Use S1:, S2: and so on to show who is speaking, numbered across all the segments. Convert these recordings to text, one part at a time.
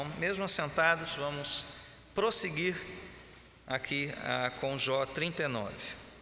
S1: Mesmo assentados, vamos prosseguir aqui com Jó 39.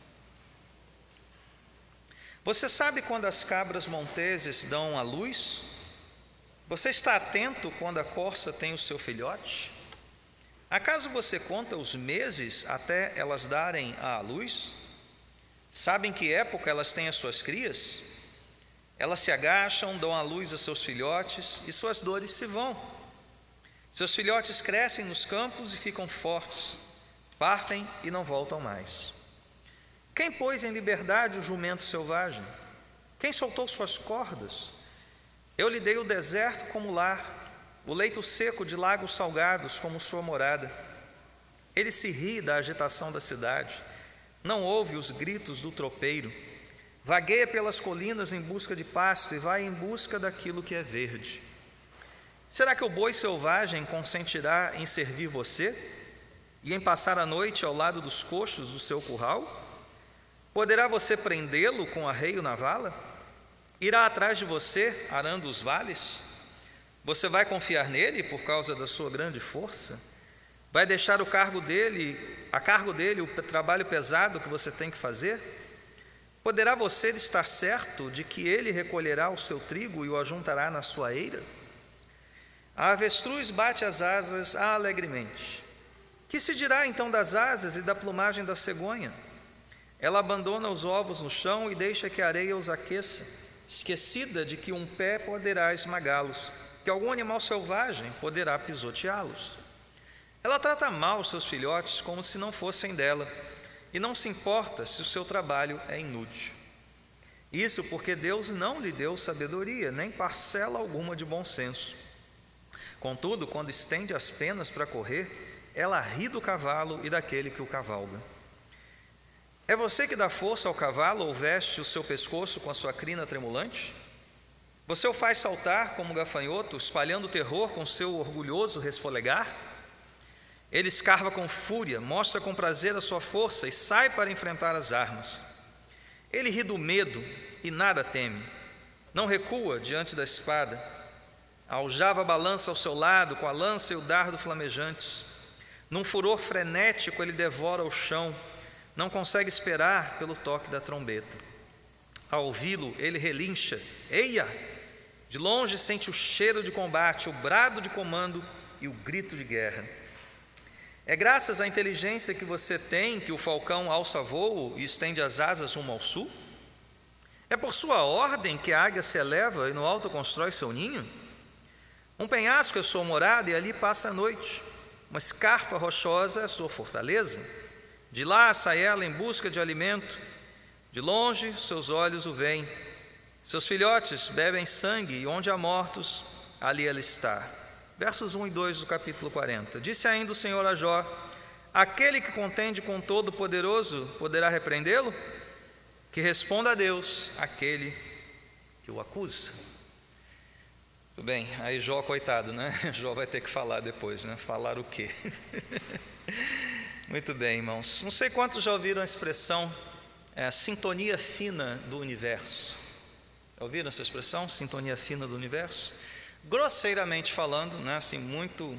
S1: Você sabe quando as cabras monteses dão à luz? Você está atento quando a corça tem o seu filhote? Acaso você conta os meses até elas darem à luz? Sabe em que época elas têm as suas crias? Elas se agacham, dão à luz a seus filhotes e suas dores se vão. Seus filhotes crescem nos campos e ficam fortes, partem e não voltam mais. Quem pôs em liberdade o jumento selvagem? Quem soltou suas cordas? Eu lhe dei o deserto como lar, o leito seco de lagos salgados como sua morada. Ele se ri da agitação da cidade, não ouve os gritos do tropeiro, vagueia pelas colinas em busca de pasto e vai em busca daquilo que é verde. Será que o boi selvagem consentirá em servir você e em passar a noite ao lado dos coxos do seu curral? Poderá você prendê-lo com arreio na vala? Irá atrás de você, arando os vales? Você vai confiar nele por causa da sua grande força? Vai deixar a cargo dele o trabalho pesado que você tem que fazer? Poderá você estar certo de que ele recolherá o seu trigo e o ajuntará na sua eira? A avestruz bate as asas alegremente. Que se dirá então das asas e da plumagem da cegonha? Ela abandona os ovos no chão e deixa que a areia os aqueça, esquecida de que um pé poderá esmagá-los, que algum animal selvagem poderá pisoteá-los. Ela trata mal os seus filhotes como se não fossem dela, e não se importa se o seu trabalho é inútil. Isso porque Deus não lhe deu sabedoria, nem parcela alguma de bom senso. Contudo, quando estende as penas para correr, ela ri do cavalo e daquele que o cavalga. É você que dá força ao cavalo ou veste o seu pescoço com a sua crina tremulante? Você o faz saltar como gafanhoto, espalhando terror com seu orgulhoso resfolegar? Ele escarva com fúria, mostra com prazer a sua força e sai para enfrentar as armas. Ele ri do medo e nada teme, não recua diante da espada. A aljava balança ao seu lado com a lança e o dardo flamejantes. Num furor frenético ele devora o chão, não consegue esperar pelo toque da trombeta. Ao ouvi-lo ele relincha, eia! De longe sente o cheiro de combate, o brado de comando e o grito de guerra. É graças à inteligência que você tem que o falcão alça voo e estende as asas rumo ao sul? É por sua ordem que a águia se eleva e no alto constrói seu ninho? Um penhasco é sua morada e ali passa a noite. Uma escarpa rochosa é a sua fortaleza. De lá sai ela em busca de alimento. De longe seus olhos o veem. Seus filhotes bebem sangue e onde há mortos, ali ela está. Versos 1 e 2 do capítulo 40. Disse ainda o Senhor a Jó: aquele que contende com Todo-Poderoso poderá repreendê-lo? Que responda a Deus aquele que o acusa. Tudo bem, aí Jó, coitado, né? Jó vai ter que falar depois, né? Falar o quê? Muito bem, irmãos. Não sei quantos já ouviram a expressão sintonia fina do universo. Já ouviram essa expressão, sintonia fina do universo? Grosseiramente falando, né? Assim, muito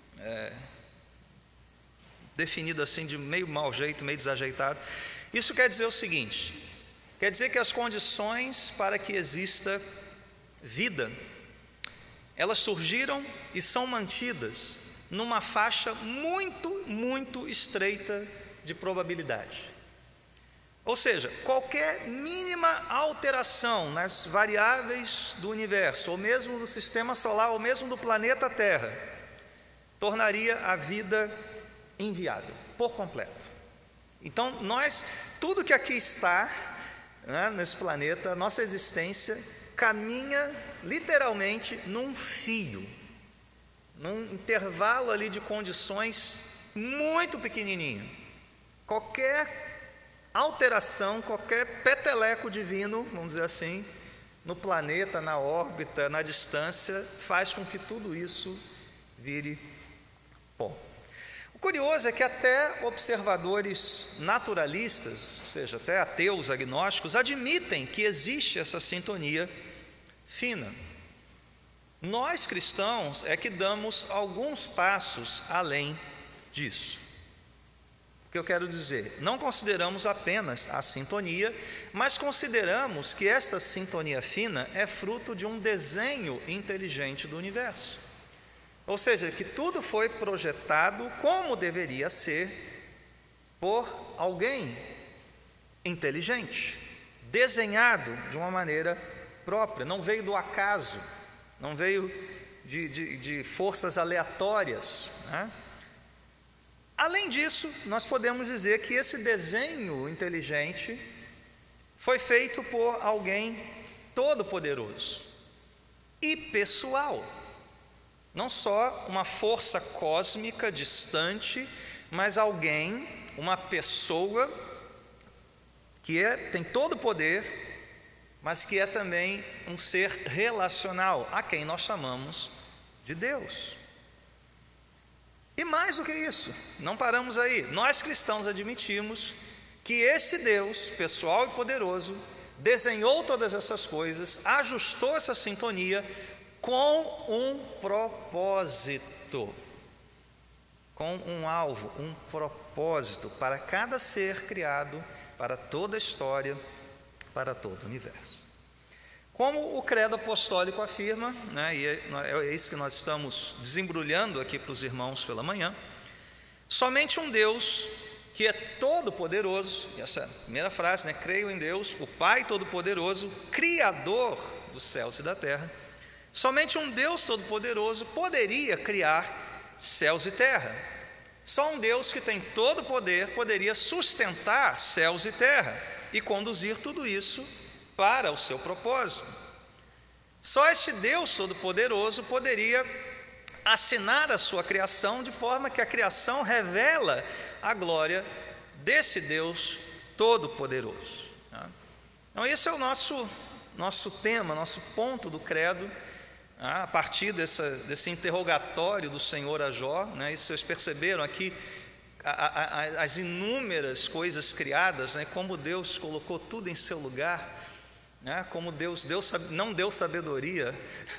S1: definido assim, de meio mau jeito, meio desajeitado. Isso quer dizer o seguinte: quer dizer que as condições para que exista vida, elas surgiram e são mantidas numa faixa muito estreita de probabilidade. Ou seja, qualquer mínima alteração nas variáveis do universo, ou mesmo do sistema solar, ou mesmo do planeta Terra, tornaria a vida inviável, por completo. Então, tudo que aqui está, né, nesse planeta, a nossa existência caminha literalmente num fio, num intervalo ali de condições muito pequenininho. Qualquer alteração, qualquer peteleco divino, vamos dizer assim, no planeta, na órbita, na distância, faz com que tudo isso vire pó. O curioso é que até observadores naturalistas, ou seja, até ateus, agnósticos, admitem que existe essa sintonia fina. Nós cristãos é que damos alguns passos além disso. O que eu quero dizer? Não consideramos apenas a sintonia, mas consideramos que esta sintonia fina é fruto de um desenho inteligente do universo. Ou seja, que tudo foi projetado como deveria ser por alguém inteligente, desenhado de uma maneira própria, não veio do acaso, não veio de forças aleatórias, né? Além disso, nós podemos dizer que esse desenho inteligente foi feito por alguém todo-poderoso e pessoal. Não só uma força cósmica distante, mas alguém, uma pessoa que tem todo o poder, mas que é também um ser relacional, a quem nós chamamos de Deus. E mais do que isso, não paramos aí. Nós cristãos admitimos que esse Deus, pessoal e poderoso, desenhou todas essas coisas, ajustou essa sintonia com um propósito, com um alvo, um propósito para cada ser criado, para toda a história, para todo o universo. Como o credo apostólico afirma, né, e é isso que nós estamos desembrulhando aqui para os irmãos pela manhã, somente um Deus que é todo-poderoso, e essa é a primeira frase, né, creio em Deus, o Pai todo-poderoso, Criador dos céus e da terra, somente um Deus todo-poderoso poderia criar céus e terra. Só um Deus que tem todo o poder poderia sustentar céus e terra e conduzir tudo isso para o seu propósito. Só este Deus Todo-Poderoso poderia assinar a sua criação de forma que a criação revela a glória desse Deus Todo-Poderoso. Então esse é o nosso tema, nosso ponto do credo, a partir desse interrogatório do Senhor a Jó, né? E vocês perceberam aqui as inúmeras coisas criadas, né? Como Deus colocou tudo em seu lugar, né? Como Deus não deu sabedoria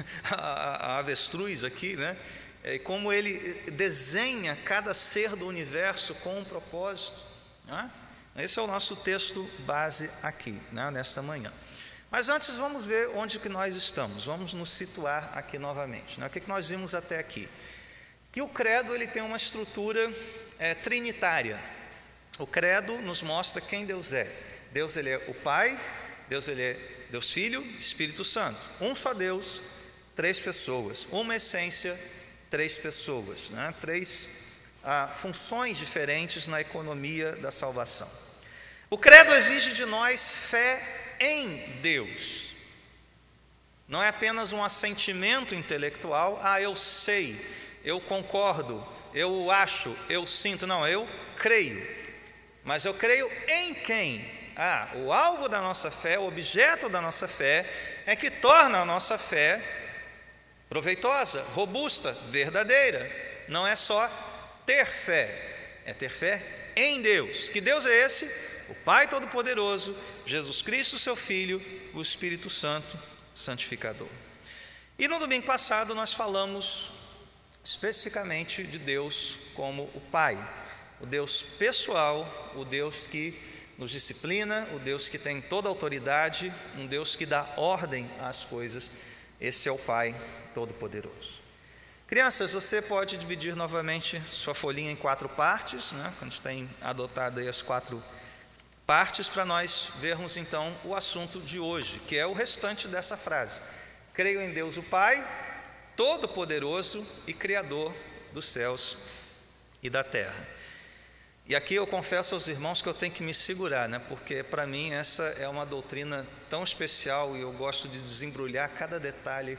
S1: à avestruz aqui, né? Como Ele desenha cada ser do universo com um propósito, né? Esse é o nosso texto base aqui, né? Nesta manhã. Mas antes vamos ver onde que nós estamos, vamos nos situar aqui novamente, né? O que nós vimos até aqui? Que o credo ele tem uma estrutura trinitária. O credo nos mostra quem Deus é. Deus ele é o Pai, Deus ele é Deus Filho, Espírito Santo. Um só Deus, três pessoas, uma essência, três pessoas, né? Três funções diferentes na economia da salvação. O credo exige de nós fé em Deus. Não é apenas um assentimento intelectual, eu sei, eu concordo, eu acho, eu sinto. Não, eu creio. Mas eu creio em quem? O alvo da nossa fé, o objeto da nossa fé, é que torna a nossa fé proveitosa, robusta, verdadeira. Não é só ter fé, é ter fé em Deus. Que Deus é esse? O Pai Todo-Poderoso, Jesus Cristo, seu Filho, o Espírito Santo, santificador. E no domingo passado nós falamos especificamente de Deus como o Pai, o Deus pessoal, o Deus que nos disciplina, o Deus que tem toda a autoridade, um Deus que dá ordem às coisas. Esse é o Pai Todo-Poderoso. Crianças, você pode dividir novamente sua folhinha em 4 partes, né? A gente tem adotado aí as 4 partes para nós vermos então o assunto de hoje, que é o restante dessa frase. Creio em Deus o Pai, Todo-Poderoso e Criador dos céus e da terra. E aqui eu confesso aos irmãos que eu tenho que me segurar, né? Porque para mim essa é uma doutrina tão especial e eu gosto de desembrulhar cada detalhe.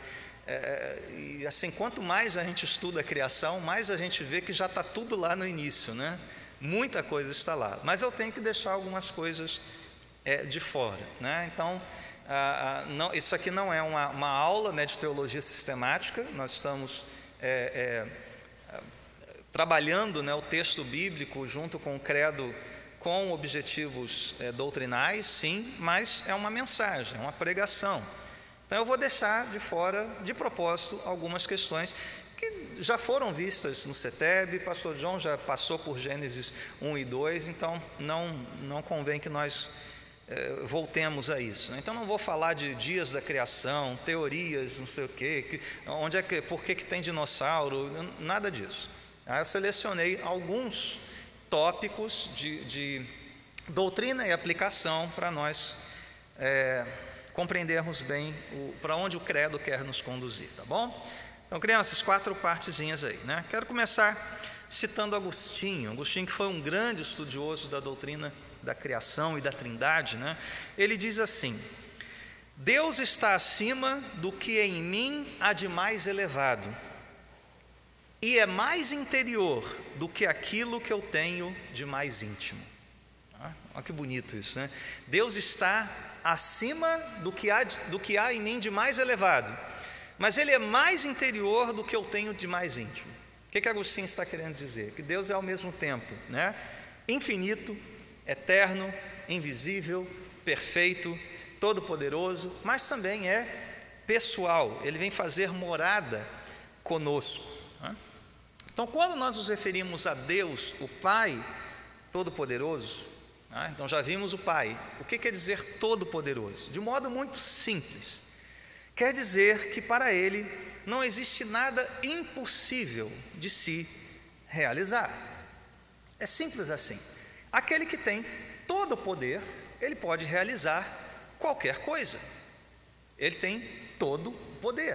S1: E assim, quanto mais a gente estuda a criação, mais a gente vê que já está tudo lá no início, né? Muita coisa está lá, mas eu tenho que deixar algumas coisas de fora, né? Então, isso aqui não é uma aula, né, de teologia sistemática. Nós estamos trabalhando, né, o texto bíblico junto com o credo com objetivos doutrinais, sim, mas é uma mensagem, é uma pregação. Então eu vou deixar de fora, de propósito, algumas questões que já foram vistas no CETEB, pastor João já passou por Gênesis 1 e 2, então não convém que nós voltemos a isso. Então não vou falar de dias da criação, teorias, não sei o quê, por que tem dinossauro, nada disso. Eu selecionei alguns tópicos de doutrina e aplicação para nós compreendermos bem para onde o credo quer nos conduzir, tá bom? Então, crianças, 4 partezinhas aí, né? Quero começar citando Agostinho que foi um grande estudioso da doutrina da criação e da trindade, né? Ele diz assim: Deus está acima do que em mim há de mais elevado, e é mais interior do que aquilo que eu tenho de mais íntimo. Olha que bonito isso, né? Deus está acima do que há em mim de mais elevado, mas Ele é mais interior do que eu tenho de mais íntimo. O que Agostinho está querendo dizer? Que Deus é ao mesmo tempo, né, infinito, eterno, invisível, perfeito, todo-poderoso, mas também é pessoal. Ele vem fazer morada conosco, né? Então, quando nós nos referimos a Deus, o Pai Todo-Poderoso, então já vimos o Pai. O que quer dizer todo-poderoso? De modo muito simples, quer dizer que para Ele não existe nada impossível de se realizar. É simples assim. Aquele que tem todo o poder, ele pode realizar qualquer coisa. Ele tem todo o poder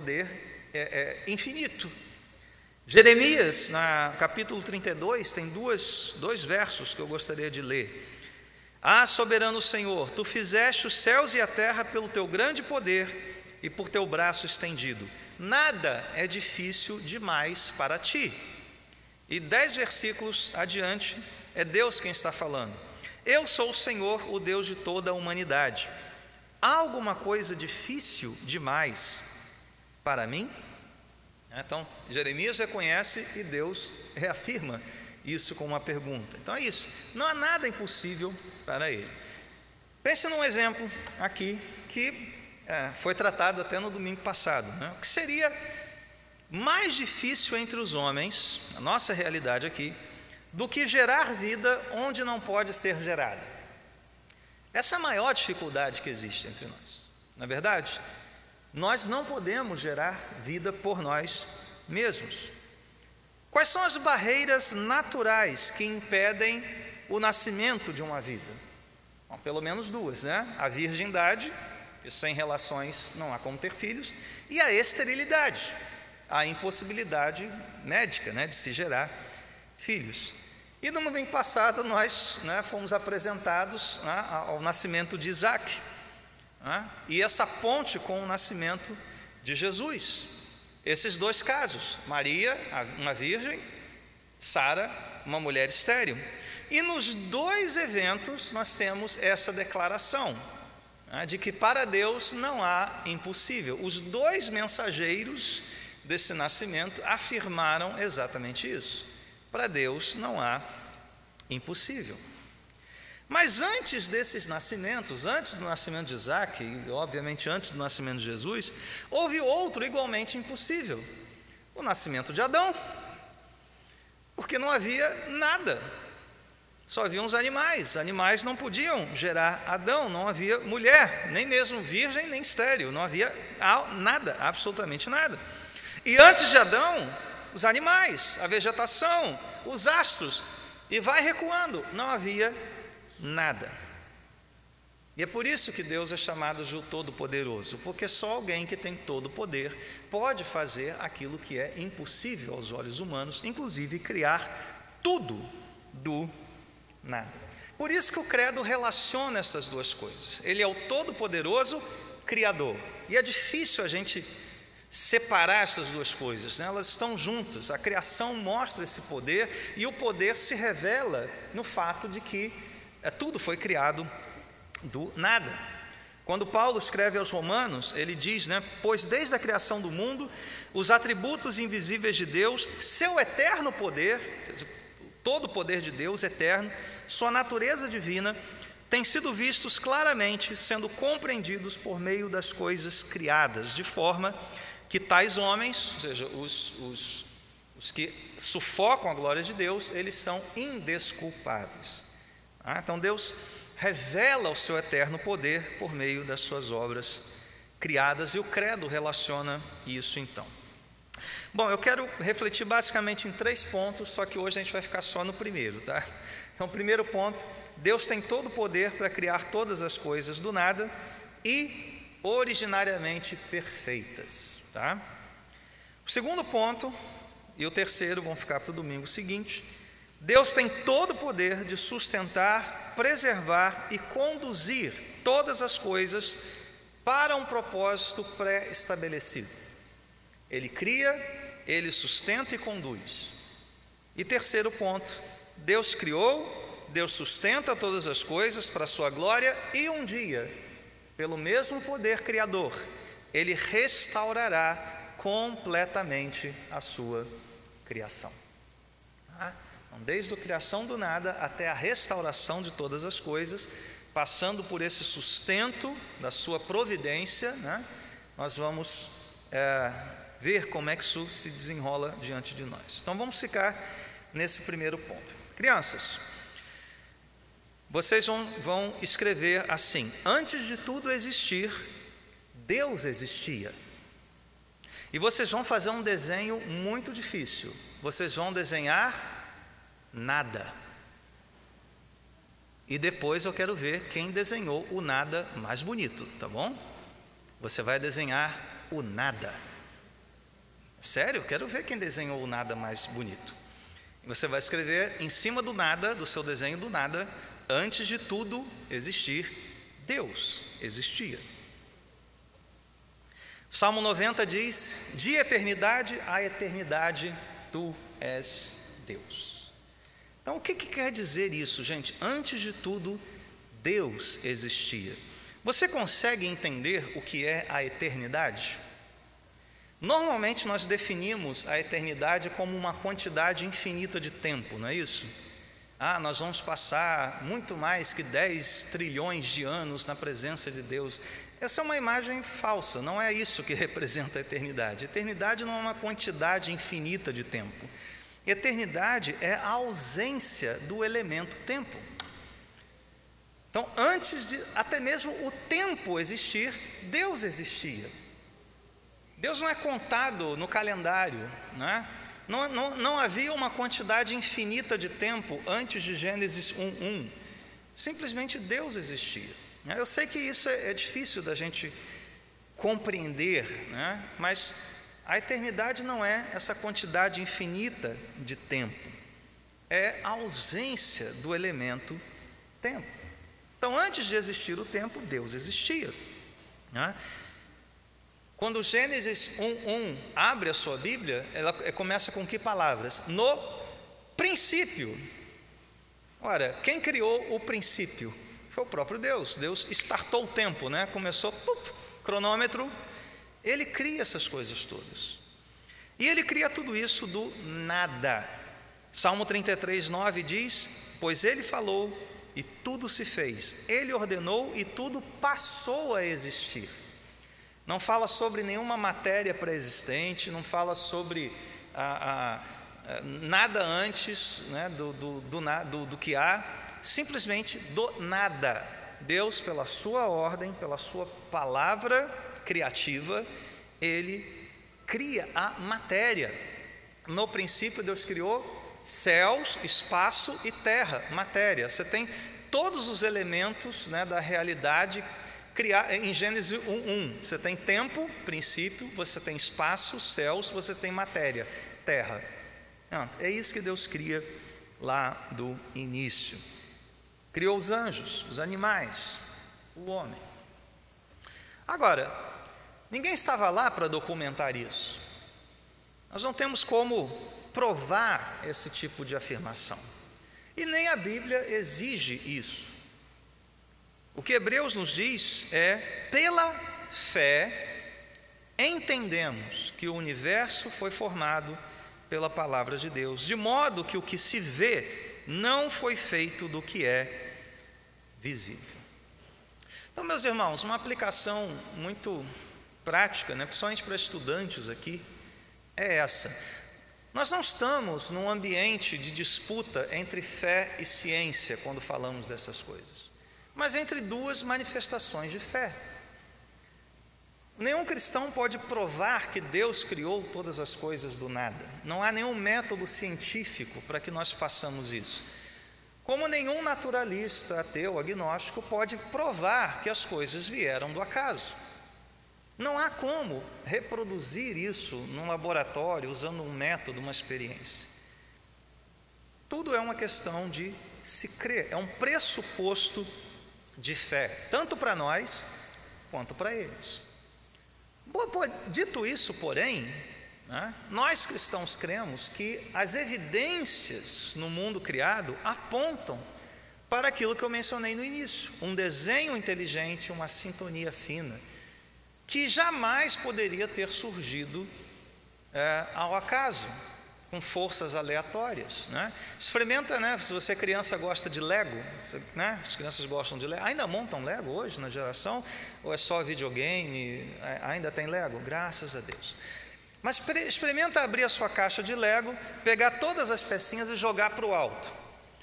S1: é infinito. Jeremias, no capítulo 32, tem dois versos que eu gostaria de ler. Soberano Senhor, Tu fizeste os céus e a terra pelo Teu grande poder e por Teu braço estendido. Nada é difícil demais para Ti. E 10 versículos adiante, é Deus quem está falando. Eu sou o Senhor, o Deus de toda a humanidade. Há alguma coisa difícil demais para mim? Então, Jeremias reconhece e Deus reafirma isso com uma pergunta. Então é isso, não há nada impossível para Ele. Pense num exemplo aqui que foi tratado até no domingo passado, né? O que seria mais difícil entre os homens, a nossa realidade aqui, do que gerar vida onde não pode ser gerada? Essa é a maior dificuldade que existe entre nós, não é verdade? Nós não podemos gerar vida por nós mesmos. Quais são as barreiras naturais que impedem o nascimento de uma vida? Bom, pelo menos 2, né? A virgindade, e sem relações não há como ter filhos, e a esterilidade, a impossibilidade médica, né, de se gerar filhos. E no domingo passado nós, fomos apresentados, ao nascimento de Isaac, e essa ponte com o nascimento de Jesus. Esses 2 casos, Maria, uma virgem, Sara, uma mulher estéril. E nos 2 eventos nós temos essa declaração, de que para Deus não há impossível. Os 2 mensageiros desse nascimento afirmaram exatamente isso. Para Deus não há impossível. Mas antes desses nascimentos, antes do nascimento de Isaac, e obviamente antes do nascimento de Jesus, houve outro igualmente impossível: o nascimento de Adão. Porque não havia nada, só havia os animais. Animais não podiam gerar Adão, não havia mulher, nem mesmo virgem, nem estéril, não havia nada, absolutamente nada. E antes de Adão, os animais, a vegetação, os astros, e vai recuando, não havia nada. E é por isso que Deus é chamado de o Todo-Poderoso, porque só alguém que tem todo o poder pode fazer aquilo que é impossível aos olhos humanos, inclusive criar tudo do nada. Por isso que o credo relaciona essas 2 coisas. Ele é o Todo-Poderoso Criador, e é difícil a gente separar essas 2 coisas, né? Elas estão juntas. A criação mostra esse poder, e o poder se revela no fato de que tudo foi criado do nada. Quando Paulo escreve aos Romanos, ele diz, pois desde a criação do mundo, os atributos invisíveis de Deus, seu eterno poder, todo o poder de Deus eterno, sua natureza divina, têm sido vistos claramente, sendo compreendidos por meio das coisas criadas, de forma que tais homens, ou seja, os que sufocam a glória de Deus, eles são indesculpáveis. Então Deus revela o seu eterno poder por meio das suas obras criadas, e o credo relaciona isso então. Bom, eu quero refletir basicamente em 3 pontos, só que hoje a gente vai ficar só no primeiro, tá? Então, primeiro ponto: Deus tem todo o poder para criar todas as coisas do nada e originariamente perfeitas, tá? O segundo ponto e o terceiro vão ficar para o domingo seguinte: Deus tem todo o poder de sustentar, preservar e conduzir todas as coisas para um propósito pré-estabelecido. Ele cria, Ele sustenta e conduz. E terceiro ponto: Deus criou, Deus sustenta todas as coisas para a sua glória, e um dia, pelo mesmo poder criador, Ele restaurará completamente a sua criação. Então, desde a criação do nada até a restauração de todas as coisas, passando por esse sustento da sua providência, nós vamos ver como é que isso se desenrola diante de nós. Então vamos ficar nesse primeiro ponto. Crianças, vocês vão escrever assim: antes de tudo existir, Deus existia. E vocês vão fazer um desenho muito difícil. Vocês vão desenhar nada. E depois eu quero ver quem desenhou o nada mais bonito, tá bom? Você vai desenhar o nada. Sério, quero ver quem desenhou o nada mais bonito. E você vai escrever em cima do nada, do seu desenho do nada: antes de tudo existir, Deus existia. Salmo 90 diz: de eternidade a eternidade, tu és Deus. Então, o que quer dizer isso, gente? Antes de tudo, Deus existia. Você consegue entender o que é a eternidade? Normalmente nós definimos a eternidade como uma quantidade infinita de tempo, não é isso? Nós vamos passar muito mais que 10 trilhões de anos na presença de Deus. Essa é uma imagem falsa, não é isso que representa a eternidade. A eternidade não é uma quantidade infinita de tempo. Eternidade é a ausência do elemento tempo. Então, antes de até mesmo o tempo existir, Deus existia. Deus não é contado no calendário, não havia uma quantidade infinita de tempo antes de Gênesis 1:1. Simplesmente Deus existia. Eu sei que isso é difícil da gente compreender, mas a eternidade não é essa quantidade infinita de tempo, é a ausência do elemento tempo. Então, antes de existir o tempo, Deus existia. Quando Gênesis 1:1 abre a sua Bíblia, ela começa com que palavras? No princípio. Ora, quem criou o princípio? Foi o próprio Deus. Deus startou o tempo, começou, cronômetro. Ele cria essas coisas todas. E Ele cria tudo isso do nada. Salmo 33:9 diz: pois Ele falou e tudo se fez. Ele ordenou e tudo passou a existir. Não fala sobre nenhuma matéria pré-existente, não fala sobre nada antes do que há, simplesmente do nada. Deus, pela sua ordem, pela sua palavra criativa, Ele cria a matéria. No princípio, Deus criou céus, espaço e terra, matéria. Você tem todos os elementos da realidade em Gênesis 1:1. Você tem tempo, princípio, você tem espaço, céus, você tem matéria, terra. É isso que Deus cria lá do início. Criou os anjos, os animais, o homem. Agora, ninguém estava lá para documentar isso. Nós não temos como provar esse tipo de afirmação. E nem a Bíblia exige isso. O que Hebreus nos diz é: pela fé, entendemos que o universo foi formado pela palavra de Deus, de modo que o que se vê não foi feito do que é visível. Então, meus irmãos, uma aplicação muito prática, principalmente para estudantes aqui, é essa. Nós não estamos num ambiente de disputa entre fé e ciência quando falamos dessas coisas, mas entre duas manifestações de fé. Nenhum cristão pode provar que Deus criou todas as coisas do nada. Não há nenhum método científico para que nós façamos isso. Como nenhum naturalista, ateu, agnóstico pode provar que as coisas vieram do acaso. Não há como reproduzir isso num laboratório usando um método, uma experiência. Tudo é uma questão de se crer, é um pressuposto de fé, tanto para nós quanto para eles. Dito isso, porém, nós cristãos cremos que as evidências no mundo criado apontam para aquilo que eu mencionei no início: um desenho inteligente, uma sintonia fina, que jamais poderia ter surgido ao acaso, com forças aleatórias. Experimenta, se você criança gosta de Lego, as crianças gostam de Lego, ainda montam Lego hoje na geração, ou é só videogame? Ainda tem Lego? Graças a Deus. Mas experimenta abrir a sua caixa de Lego, pegar todas as pecinhas e jogar para o alto,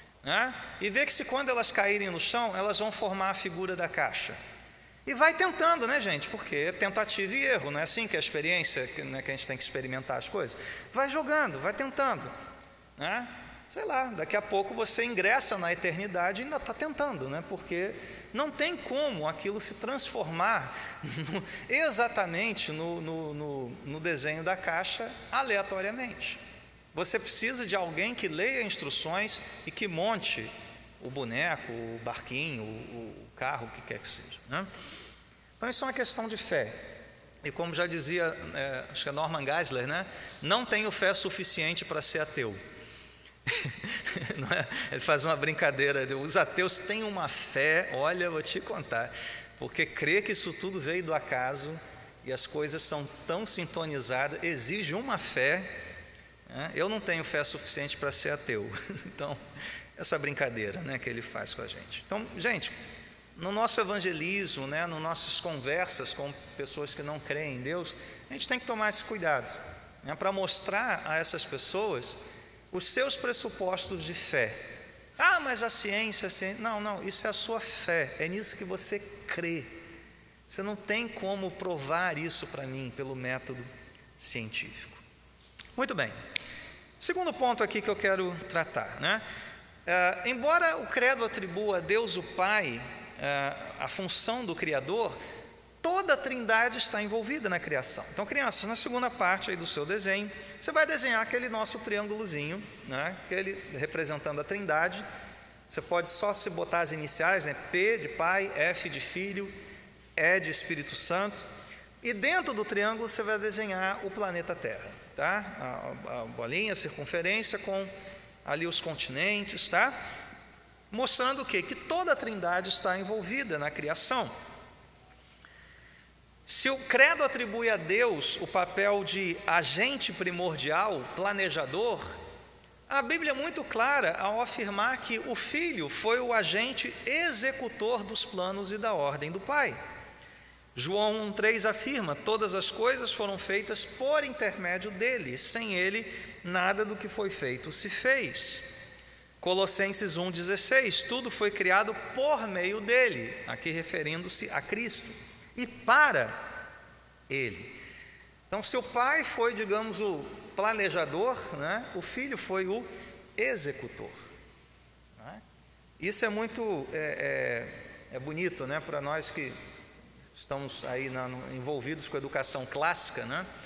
S1: e ver que se quando elas caírem no chão, elas vão formar a figura da caixa. E vai tentando, gente, porque é tentativa e erro, não é assim que é a experiência, que a gente tem que experimentar as coisas. Vai jogando, vai tentando, sei lá, daqui a pouco você ingressa na eternidade e ainda está tentando, porque não tem como aquilo se transformar exatamente no desenho da caixa aleatoriamente. Você precisa de alguém que leia instruções e que monte o boneco, o barquinho, o carro, o que quer que seja. Então isso é uma questão de fé. E como já dizia, acho que é Norman Geisler, não tenho fé suficiente para ser ateu. Ele faz uma brincadeira, os ateus têm uma fé, olha, vou te contar, porque crê que isso tudo veio do acaso e as coisas são tão sintonizadas, exige uma fé. Eu não tenho fé suficiente para ser ateu. Então, essa brincadeira que ele faz com a gente. Então, gente, no nosso evangelismo, nas nossas conversas com pessoas que não creem em Deus, a gente tem que tomar esse cuidado, para mostrar a essas pessoas os seus pressupostos de fé. Mas a ciência... Não, isso é a sua fé, é nisso que você crê. Você não tem como provar isso para mim pelo método científico. Muito bem. Segundo ponto aqui que eu quero tratar, embora o credo atribua a Deus o Pai a função do Criador, toda a Trindade está envolvida na criação. Então, crianças, na segunda parte aí do seu desenho, você vai desenhar aquele nosso triângulozinho, aquele representando a Trindade. Você pode só se botar as iniciais, P de Pai, F de Filho, E de Espírito Santo, e dentro do triângulo você vai desenhar o planeta Terra, a bolinha, a circunferência com ali os continentes, mostrando o quê? Que toda a Trindade está envolvida na criação. Se o credo atribui a Deus o papel de agente primordial, planejador, a Bíblia é muito clara ao afirmar que o Filho foi o agente executor dos planos e da ordem do Pai. João 1,3 afirma: todas as coisas foram feitas por intermédio dele, sem ele nada do que foi feito se fez. Colossenses 1,16, tudo foi criado por meio dele, aqui referindo-se a Cristo, e para ele. Então, se o Pai foi, digamos, o planejador, o Filho foi o executor. Isso é muito bonito, para nós que estamos aí envolvidos com a educação clássica,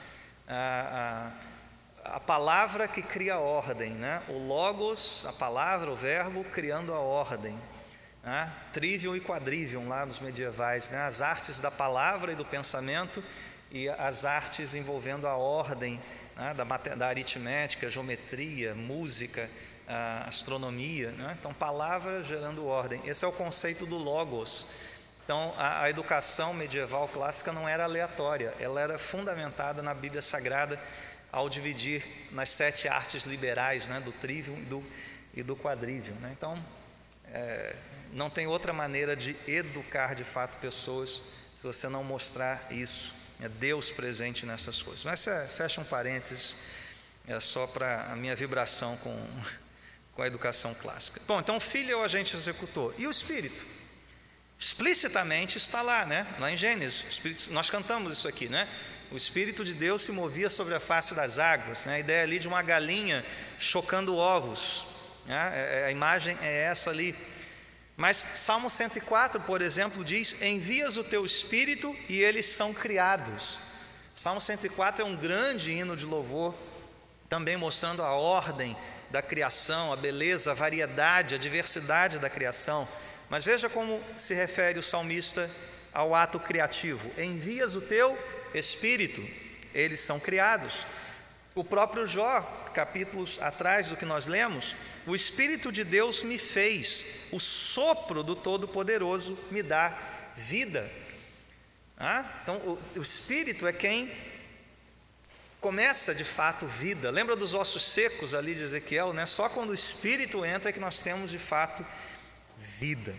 S1: a palavra que cria a ordem, o logos, a palavra, o verbo, criando a ordem, trivium e quadrivium lá nos medievais, as artes da palavra e do pensamento e as artes envolvendo a ordem, da aritmética, geometria, música, astronomia, então palavra gerando ordem. Esse é o conceito do logos. Então a educação medieval clássica não era aleatória, ela era fundamentada na Bíblia Sagrada ao dividir nas 7 artes liberais, do trivium e do quadrivium. Então não tem outra maneira de educar de fato pessoas se você não mostrar isso, Deus presente nessas coisas. Mas fecha um parênteses, é só para a minha vibração com a educação clássica. Bom, então o Filho é o agente executor. E o Espírito? Explicitamente está lá, né? Lá em Gênesis. Nós cantamos isso aqui, né? O Espírito de Deus se movia sobre a face das águas, né? A ideia ali de uma galinha chocando ovos, né? A imagem é essa ali. Mas Salmo 104, por exemplo, diz: envias o teu Espírito e eles são criados. Salmo 104 é um grande hino de louvor, também mostrando a ordem da criação, a beleza, a variedade, a diversidade da criação. Mas veja como se refere o salmista ao ato criativo: envias o teu Espírito, eles são criados. O próprio Jó, capítulos atrás do que nós lemos: o Espírito de Deus me fez, o sopro do Todo-Poderoso me dá vida. Então o Espírito é quem começa de fato vida. Lembra dos ossos secos ali de Ezequiel, né? Só quando o Espírito entra é que nós temos de fato vida.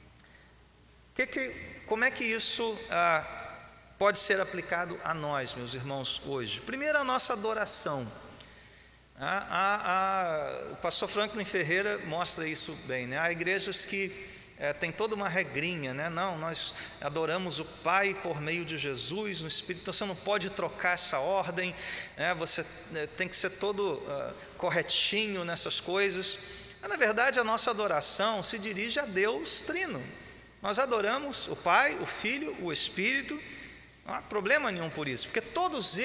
S1: Como é que isso pode ser aplicado a nós, meus irmãos, hoje? Primeiro, a nossa adoração. O pastor Franklin Ferreira mostra isso bem, né? Há igrejas que tem toda uma regrinha, né? Não, nós adoramos o Pai por meio de Jesus, no Espírito. Então você não pode trocar essa ordem, né? Você tem que ser todo corretinho nessas coisas. Mas, na verdade, a nossa adoração se dirige a Deus Trino. Nós adoramos o Pai, o Filho, o Espírito. Não há problema nenhum por isso, porque todos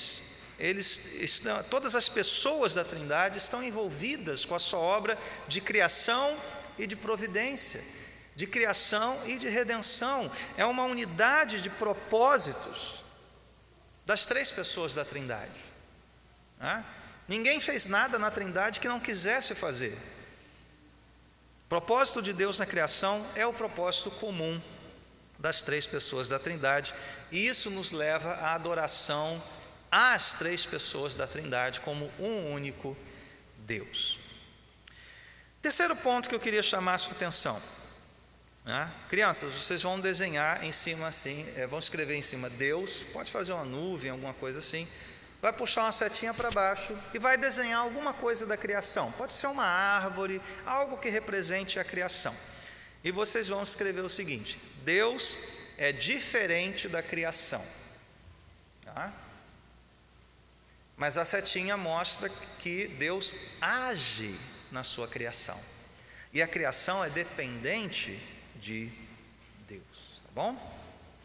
S1: todas as pessoas da Trindade estão envolvidas com a sua obra de criação e de providência, de criação e de redenção. É uma unidade de propósitos das três pessoas da Trindade. Ninguém fez nada na Trindade que não quisesse fazer. O propósito de Deus na criação é o propósito comum das três pessoas da Trindade, e isso nos leva à adoração às três pessoas da Trindade como um único Deus. Terceiro ponto que eu queria chamar a sua atenção, crianças, vocês vão desenhar em cima assim, vão escrever em cima Deus, pode fazer uma nuvem, alguma coisa assim, vai puxar uma setinha para baixo e vai desenhar alguma coisa da criação, pode ser uma árvore, algo que represente a criação, e vocês vão escrever o seguinte: Deus é diferente da criação, mas a setinha mostra que Deus age na sua criação, e a criação é dependente de Deus, tá bom?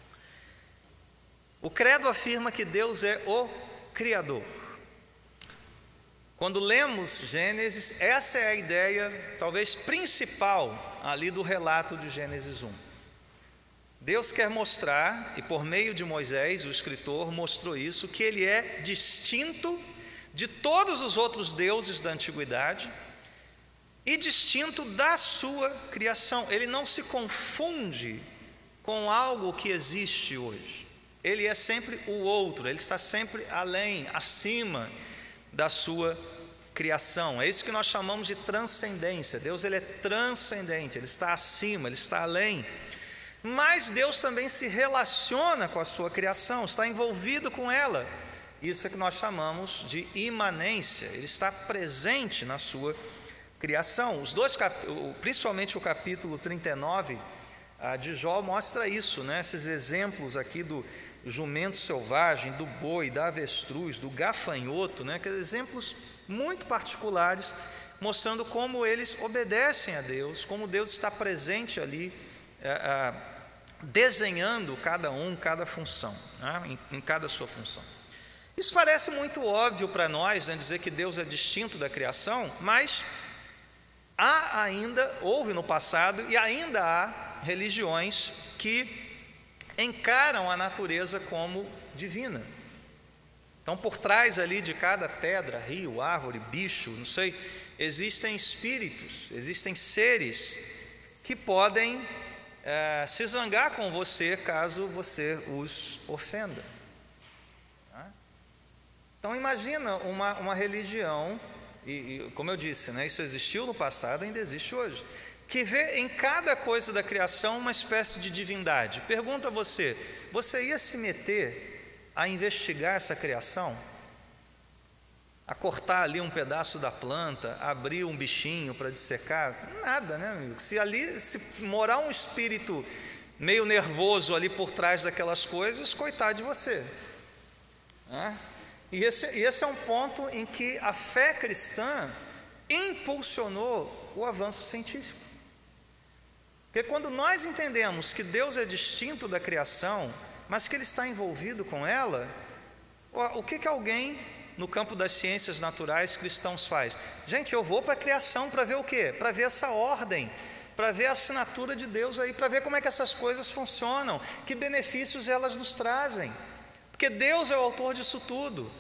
S1: O credo afirma que Deus é o Criador. Quando lemos Gênesis, essa é a ideia talvez principal ali do relato de Gênesis 1. Deus quer mostrar, e por meio de Moisés, o escritor mostrou isso, que ele é distinto de todos os outros deuses da antiguidade e distinto da sua criação. Ele não se confunde com algo que existe hoje. Ele é sempre o outro, ele está sempre além, acima da sua criação. É isso que nós chamamos de transcendência. Deus, ele é transcendente, ele está acima, ele está além. Mas Deus também se relaciona com a sua criação, está envolvido com ela. Isso é que nós chamamos de imanência. Ele está presente na sua criação. Principalmente o capítulo 39 de Jó mostra isso, né? Esses exemplos aqui do jumento selvagem, do boi, da avestruz, do gafanhoto, né? Aqueles exemplos muito particulares, mostrando como eles obedecem a Deus, como Deus está presente ali, desenhando cada função, né? em cada sua função. Isso parece muito óbvio para nós, né? Dizer que Deus é distinto da criação, mas houve no passado e ainda há religiões que encaram a natureza como divina. Então, por trás ali de cada pedra, rio, árvore, bicho, não sei, existem espíritos, existem seres que podem se zangar com você caso você os ofenda. Então imagina uma religião, e como eu disse, né, isso existiu no passado e ainda existe hoje, que vê em cada coisa da criação uma espécie de divindade. Pergunta a você: você ia se meter a investigar essa criação? A cortar ali um pedaço da planta, abrir um bichinho para dissecar? Nada, né, amigo? Se morar um espírito meio nervoso ali por trás daquelas coisas, coitado de você, né? E esse é um ponto em que a fé cristã impulsionou o avanço científico. Porque quando nós entendemos que Deus é distinto da criação, mas que Ele está envolvido com ela, o que alguém no campo das ciências naturais cristãos faz? Gente, eu vou para a criação para ver o quê? Para ver essa ordem, para ver a assinatura de Deus aí, para ver como é que essas coisas funcionam, que benefícios elas nos trazem, porque Deus é o autor disso tudo.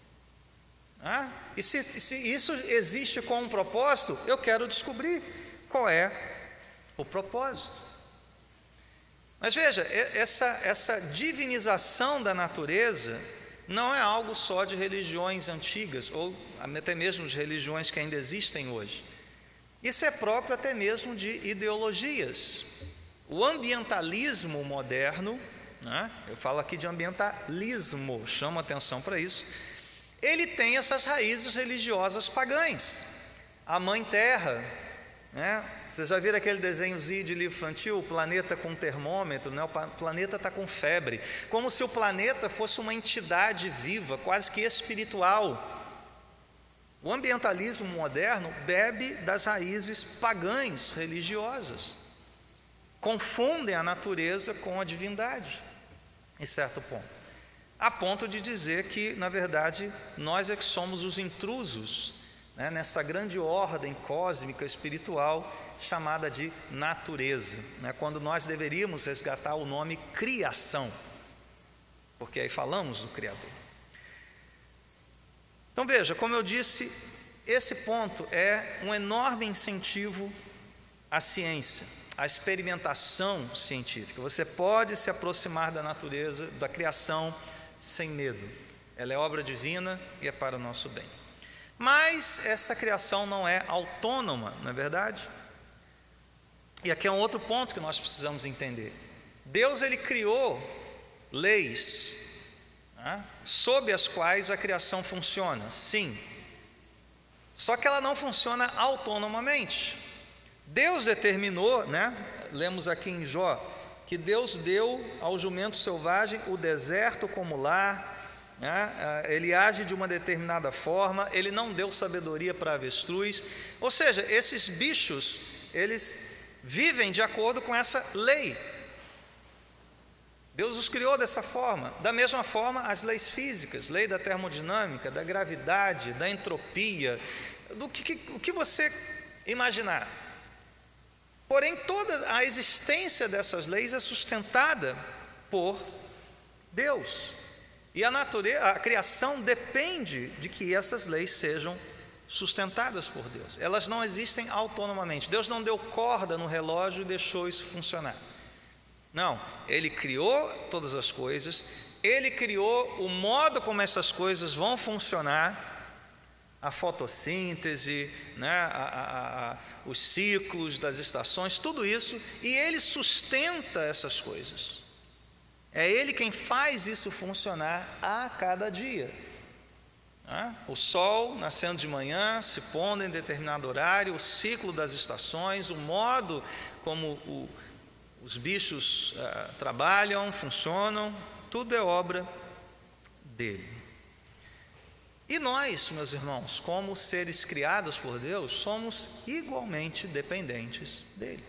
S1: E se isso existe com um propósito, eu quero descobrir qual é o propósito. Mas veja, essa divinização da natureza não é algo só de religiões antigas, ou até mesmo de religiões que ainda existem hoje. Isso é próprio até mesmo de ideologias. O ambientalismo moderno, né? Eu falo aqui de ambientalismo, chamo atenção para isso. Ele tem essas raízes religiosas pagãs. A Mãe Terra, né? Vocês já viram aquele desenhozinho de livro infantil, o planeta com termômetro, né? O planeta está com febre, como se o planeta fosse uma entidade viva, quase que espiritual. O ambientalismo moderno bebe das raízes pagãs religiosas, confundem a natureza com a divindade, em certo ponto, a ponto de dizer que, na verdade, nós é que somos os intrusos, né, nesta grande ordem cósmica espiritual chamada de natureza, né, quando nós deveríamos resgatar o nome criação, porque aí falamos do Criador. Então veja, como eu disse, esse ponto é um enorme incentivo à ciência, à experimentação científica. Você pode se aproximar da natureza, da criação, sem medo. Ela é obra divina e é para o nosso bem. Mas essa criação não é autônoma, não é verdade? E aqui é um outro ponto que nós precisamos entender. Deus, Ele criou leis, né, sob as quais a criação funciona, sim. Só que ela não funciona autonomamente. Deus determinou, né, lemos aqui em Jó, que Deus deu ao jumento selvagem o deserto como lar, né? Ele age de uma determinada forma, Ele não deu sabedoria para a avestruz, ou seja, esses bichos, eles vivem de acordo com essa lei. Deus os criou dessa forma. Da mesma forma, as leis físicas, lei da termodinâmica, da gravidade, da entropia, o que você imaginar. Porém, toda a existência dessas leis é sustentada por Deus. E a criação depende de que essas leis sejam sustentadas por Deus. Elas não existem autonomamente. Deus não deu corda no relógio e deixou isso funcionar. Não, Ele criou todas as coisas, Ele criou o modo como essas coisas vão funcionar, a fotossíntese, né, os ciclos das estações, tudo isso, e Ele sustenta essas coisas. É Ele quem faz isso funcionar a cada dia. O sol nascendo de manhã, se pondo em determinado horário, o ciclo das estações, o modo como os bichos trabalham, funcionam, tudo é obra dele. E nós, meus irmãos, como seres criados por Deus, somos igualmente dependentes dele.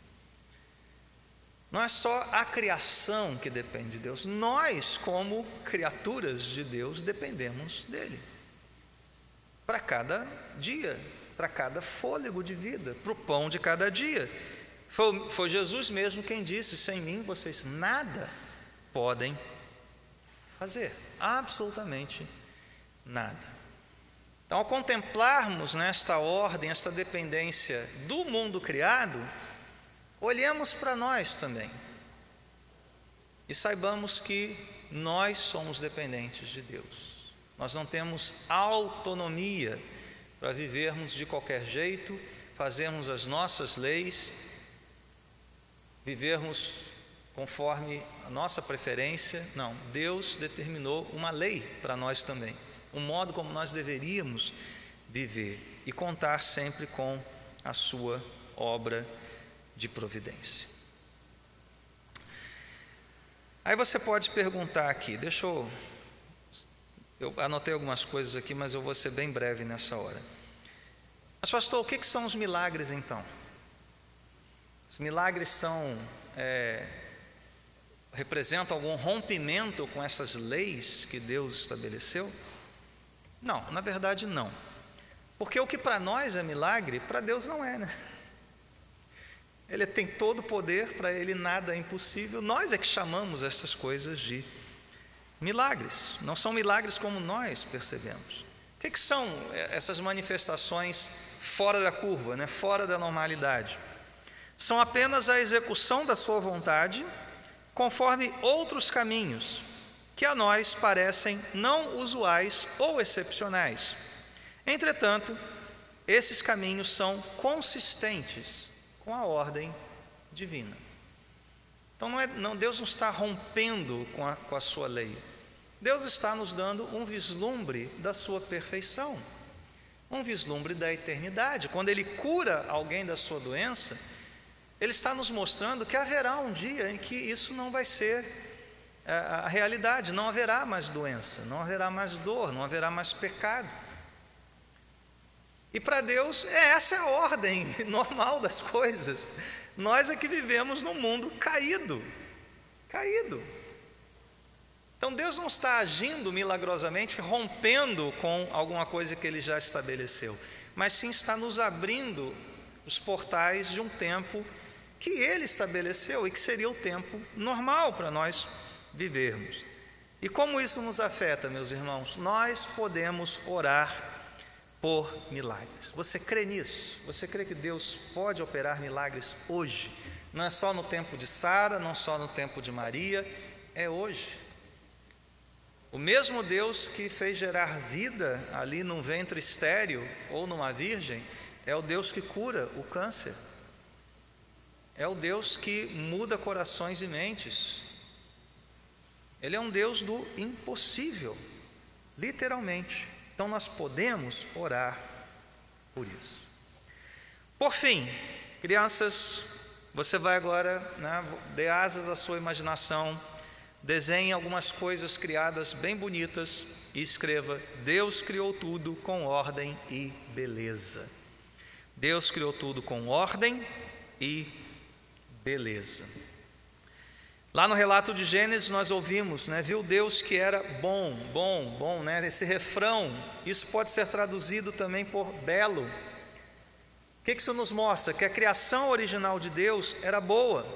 S1: Não é só a criação que depende de Deus, nós, como criaturas de Deus, dependemos dele. Para cada dia, para cada fôlego de vida, para o pão de cada dia. Foi Jesus mesmo quem disse: sem mim vocês nada podem fazer, absolutamente nada. Então, ao contemplarmos nesta ordem, esta dependência do mundo criado, olhemos para nós também e saibamos que nós somos dependentes de Deus. Nós não temos autonomia para vivermos de qualquer jeito, fazermos as nossas leis, vivermos conforme a nossa preferência. Não, Deus determinou uma lei para nós também, um modo como nós deveríamos viver e contar sempre com a sua obra de providência. Aí você pode perguntar aqui, eu anotei algumas coisas aqui, mas eu vou ser bem breve nessa hora. Mas pastor, o que são os milagres então? Os milagres representam algum rompimento com essas leis que Deus estabeleceu? Não, na verdade não. Porque o que para nós é milagre, para Deus não é, né? Ele tem todo o poder, para Ele nada é impossível. Nós é que chamamos essas coisas de milagres. Não são milagres como nós percebemos. O que são essas manifestações fora da curva, né? Fora da normalidade? São apenas a execução da sua vontade, conforme outros caminhos, que a nós parecem não usuais ou excepcionais. Entretanto, esses caminhos são consistentes com a ordem divina. Então Deus não está rompendo com a sua lei. Deus está nos dando um vislumbre da sua perfeição, um vislumbre da eternidade. Quando Ele cura alguém da sua doença, Ele está nos mostrando que haverá um dia em que isso não vai ser a realidade, não haverá mais doença, não haverá mais dor, não haverá mais pecado. E para Deus, essa é a ordem normal das coisas. Nós é que vivemos num mundo caído. Então Deus não está agindo milagrosamente, rompendo com alguma coisa que Ele já estabeleceu, mas sim está nos abrindo os portais de um tempo que Ele estabeleceu e que seria o tempo normal para nós vivermos. E como isso nos afeta, meus irmãos? Nós podemos orar por milagres. Você crê nisso? Você crê que Deus pode operar milagres hoje? Não é só no tempo de Sara, não só no tempo de Maria, é hoje. O mesmo Deus que fez gerar vida ali num ventre estéril ou numa virgem, é o Deus que cura o câncer. É o Deus que muda corações e mentes. Ele é um Deus do impossível, literalmente. Então nós podemos orar por isso. Por fim, crianças, você vai agora, dê asas à sua imaginação, desenhe algumas coisas criadas bem bonitas e escreva: Deus criou tudo com ordem e beleza. Deus criou tudo com ordem e beleza. Lá no relato de Gênesis nós ouvimos, viu Deus que era bom, esse refrão, isso pode ser traduzido também por belo. O que isso nos mostra? Que a criação original de Deus era boa.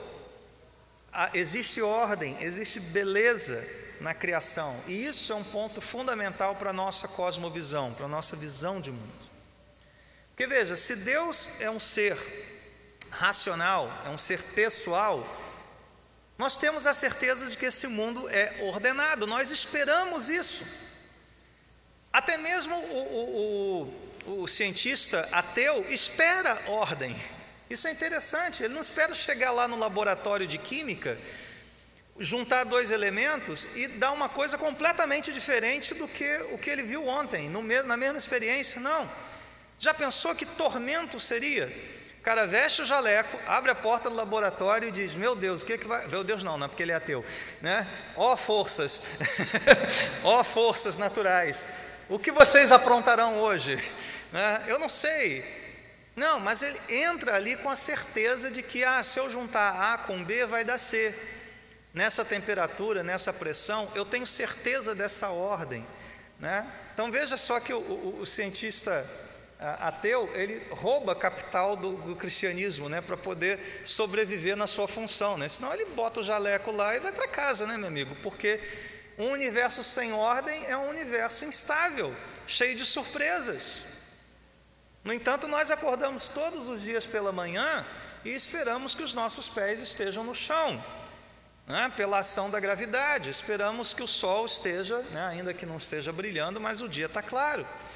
S1: Existe ordem, existe beleza na criação, e isso é um ponto fundamental para a nossa cosmovisão, para a nossa visão de mundo. Porque veja, se Deus é um ser racional, é um ser pessoal, nós temos a certeza de que esse mundo é ordenado, nós esperamos isso. Até mesmo o cientista ateu espera ordem. Isso é interessante, ele não espera chegar lá no laboratório de química, juntar dois elementos e dar uma coisa completamente diferente do que o que ele viu ontem, na mesma experiência, não. Já pensou que tormento seria? O cara veste o jaleco, abre a porta do laboratório e diz: meu Deus, o que vai... Meu Deus não, porque ele é ateu, Ó forças, ó forças naturais, o que vocês aprontarão hoje? Eu não sei. Não, mas ele entra ali com a certeza de que se eu juntar A com B vai dar C. Nessa temperatura, nessa pressão, eu tenho certeza dessa ordem, Então veja só que o cientista ateu, ele rouba capital do cristianismo, para poder sobreviver na sua função, senão ele bota o jaleco lá e vai para casa, meu amigo, porque um universo sem ordem é um universo instável, cheio de surpresas. No entanto, nós acordamos todos os dias pela manhã e esperamos que os nossos pés estejam no chão, pela ação da gravidade, esperamos que o sol esteja, ainda que não esteja brilhando, mas o dia está claro.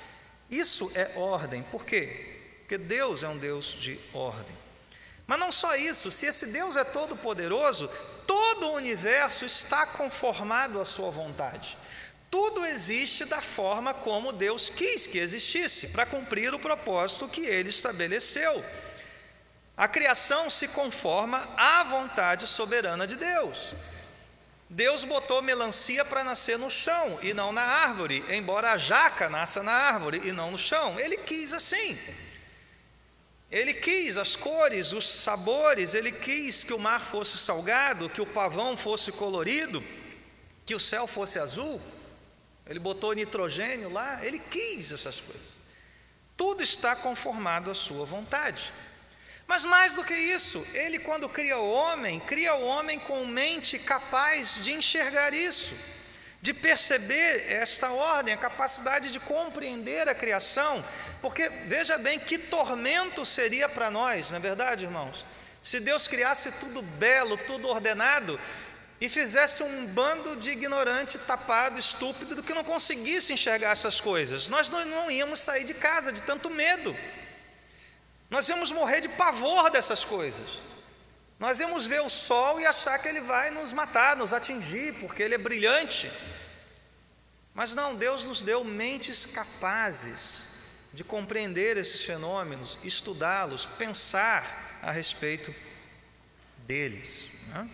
S1: Isso é ordem. Por quê? Porque Deus é um Deus de ordem. Mas não só isso, se esse Deus é todo poderoso, todo o universo está conformado à sua vontade. Tudo existe da forma como Deus quis que existisse, para cumprir o propósito que Ele estabeleceu. A criação se conforma à vontade soberana de Deus. Deus botou melancia para nascer no chão e não na árvore, embora a jaca nasça na árvore e não no chão. Ele quis assim. Ele quis as cores, os sabores, Ele quis que o mar fosse salgado, que o pavão fosse colorido, que o céu fosse azul. Ele botou nitrogênio lá, Ele quis essas coisas. Tudo está conformado à sua vontade. Mas mais do que isso, Ele, quando cria o homem com mente capaz de enxergar isso, de perceber esta ordem, a capacidade de compreender a criação, porque veja bem que tormento seria para nós, não é verdade, irmãos? Se Deus criasse tudo belo, tudo ordenado, e fizesse um bando de ignorante, tapado, estúpido, que não conseguisse enxergar essas coisas, nós não íamos sair de casa de tanto medo. Nós íamos morrer de pavor dessas coisas. Nós íamos ver o sol e achar que ele vai nos matar, nos atingir, porque ele é brilhante. Mas não, Deus nos deu mentes capazes de compreender esses fenômenos, estudá-los, pensar a respeito deles, né?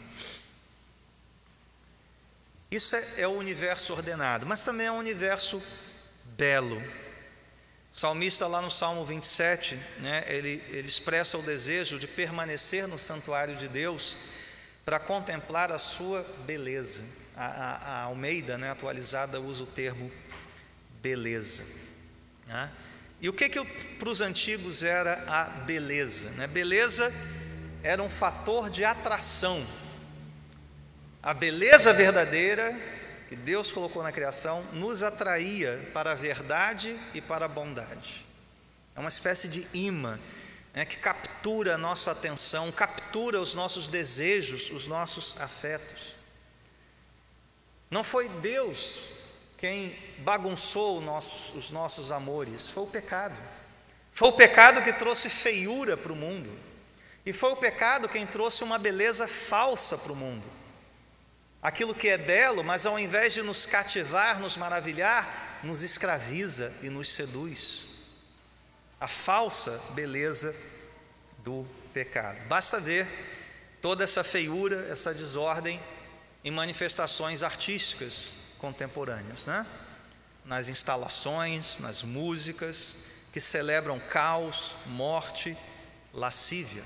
S1: Isso é o universo ordenado, mas também é um universo belo. O salmista lá no Salmo 27, né, ele expressa o desejo de permanecer no santuário de Deus para contemplar a sua beleza. A Almeida, né, atualizada, usa o termo beleza, né? E o que para os antigos era a beleza, né? Beleza era um fator de atração. A beleza verdadeira que Deus colocou na criação nos atraía para a verdade e para a bondade. É uma espécie de imã, né, que captura a nossa atenção, captura os nossos desejos, os nossos afetos. Não foi Deus quem bagunçou os nossos amores, foi o pecado. Foi o pecado que trouxe feiura para o mundo. E foi o pecado quem trouxe uma beleza falsa para o mundo. Aquilo que é belo, mas ao invés de nos cativar, nos maravilhar, nos escraviza e nos seduz. A falsa beleza do pecado. Basta ver toda essa feiura, essa desordem em manifestações artísticas contemporâneas, né? Nas instalações, nas músicas que celebram caos, morte, lascívia.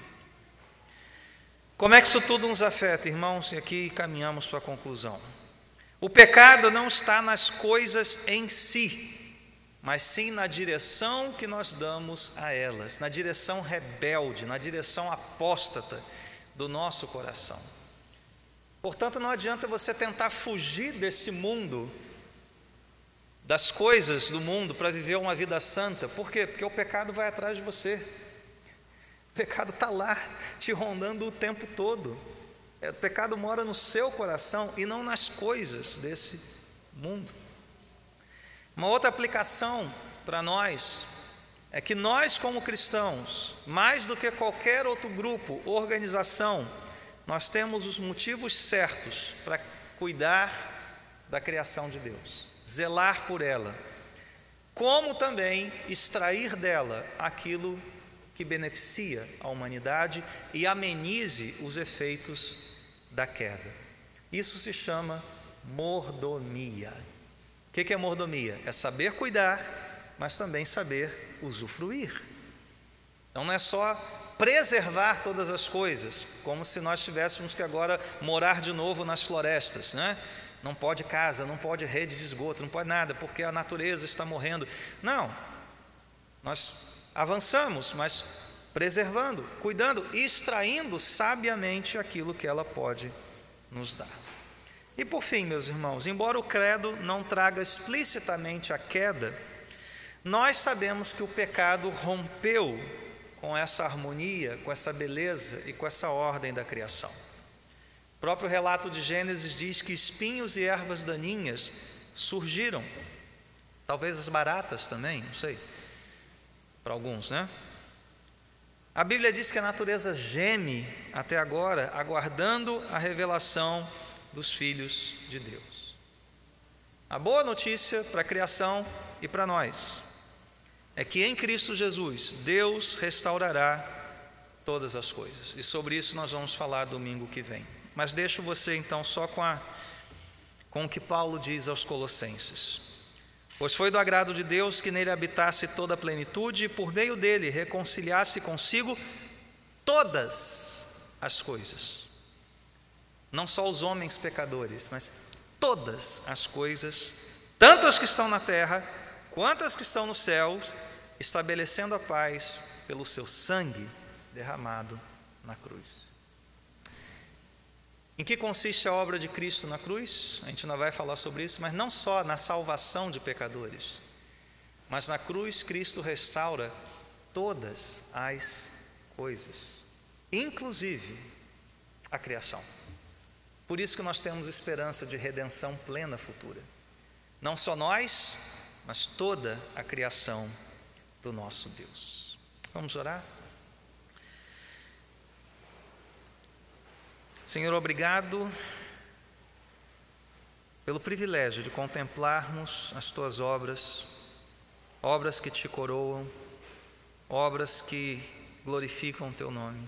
S1: Como é que isso tudo nos afeta, irmãos? E aqui caminhamos para a conclusão. O pecado não está nas coisas em si, mas sim na direção que nós damos a elas, na direção rebelde, na direção apóstata do nosso coração. Portanto, não adianta você tentar fugir desse mundo, das coisas do mundo, para viver uma vida santa. Por quê? Porque o pecado vai atrás de você. O pecado está lá, te rondando o tempo todo. O pecado mora no seu coração e não nas coisas desse mundo. Uma outra aplicação para nós é que nós, como cristãos, mais do que qualquer outro grupo, organização, nós temos os motivos certos para cuidar da criação de Deus, zelar por ela, como também extrair dela aquilo que beneficia a humanidade e amenize os efeitos da queda. Isso se chama mordomia. O que é mordomia? É saber cuidar, mas também saber usufruir. Então não é só preservar todas as coisas, como se nós tivéssemos que agora morar de novo nas florestas, né? Não pode casa, não pode rede de esgoto, não pode nada, porque a natureza está morrendo. Não, nós avançamos, mas preservando, cuidando e extraindo sabiamente aquilo que ela pode nos dar. E por fim, meus irmãos, embora o credo não traga explicitamente a queda, nós sabemos que o pecado rompeu com essa harmonia, com essa beleza e com essa ordem da criação. O próprio relato de Gênesis diz que espinhos e ervas daninhas surgiram, talvez as baratas também, não sei, para alguns, né? A Bíblia diz que a natureza geme até agora, aguardando a revelação dos filhos de Deus. A boa notícia para a criação e para nós é que em Cristo Jesus, Deus restaurará todas as coisas. E sobre isso nós vamos falar domingo que vem. Mas deixo você então só com o que Paulo diz aos Colossenses. Pois foi do agrado de Deus que nele habitasse toda a plenitude e por meio dele reconciliasse consigo todas as coisas. Não só os homens pecadores, mas todas as coisas, tanto as que estão na terra quanto as que estão nos céus, estabelecendo a paz pelo seu sangue derramado na cruz. Em que consiste a obra de Cristo na cruz? A gente não vai falar sobre isso, mas não só na salvação de pecadores, mas na cruz Cristo restaura todas as coisas, inclusive a criação. Por isso que nós temos esperança de redenção plena futura. Não só nós, mas toda a criação do nosso Deus. Vamos orar? Senhor, obrigado pelo privilégio de contemplarmos as Tuas obras, obras que Te coroam, obras que glorificam o Teu nome.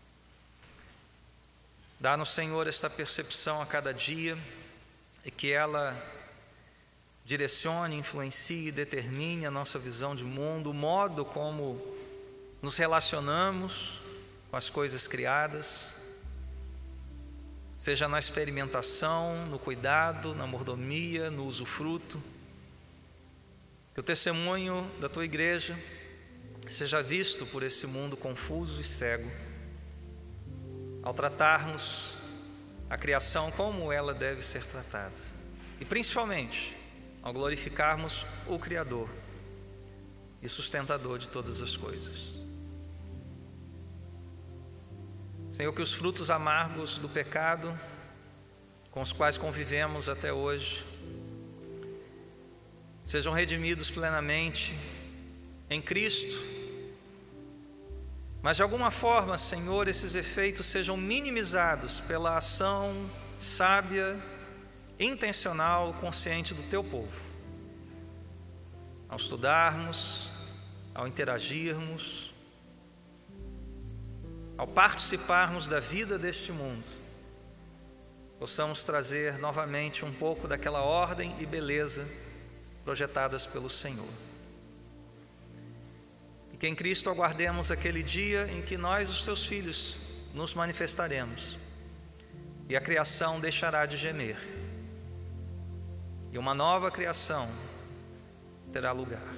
S1: Dá-nos, Senhor, esta percepção a cada dia e que ela direcione, influencie e determine a nossa visão de mundo, o modo como nos relacionamos com as coisas criadas, seja na experimentação, no cuidado, na mordomia, no usufruto. Que o testemunho da Tua igreja seja visto por esse mundo confuso e cego, ao tratarmos a criação como ela deve ser tratada. E principalmente, ao glorificarmos o Criador e sustentador de todas as coisas. Senhor, que os frutos amargos do pecado com os quais convivemos até hoje sejam redimidos plenamente em Cristo, mas de alguma forma, Senhor, esses efeitos sejam minimizados pela ação sábia, intencional, consciente do Teu povo, ao estudarmos, ao interagirmos, ao participarmos da vida deste mundo, possamos trazer novamente um pouco daquela ordem e beleza projetadas pelo Senhor. E que em Cristo aguardemos aquele dia em que nós, os Teus filhos, nos manifestaremos e a criação deixará de gemer e uma nova criação terá lugar.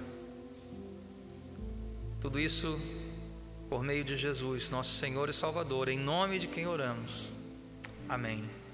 S1: Tudo isso por meio de Jesus, nosso Senhor e Salvador, em nome de quem oramos. Amém.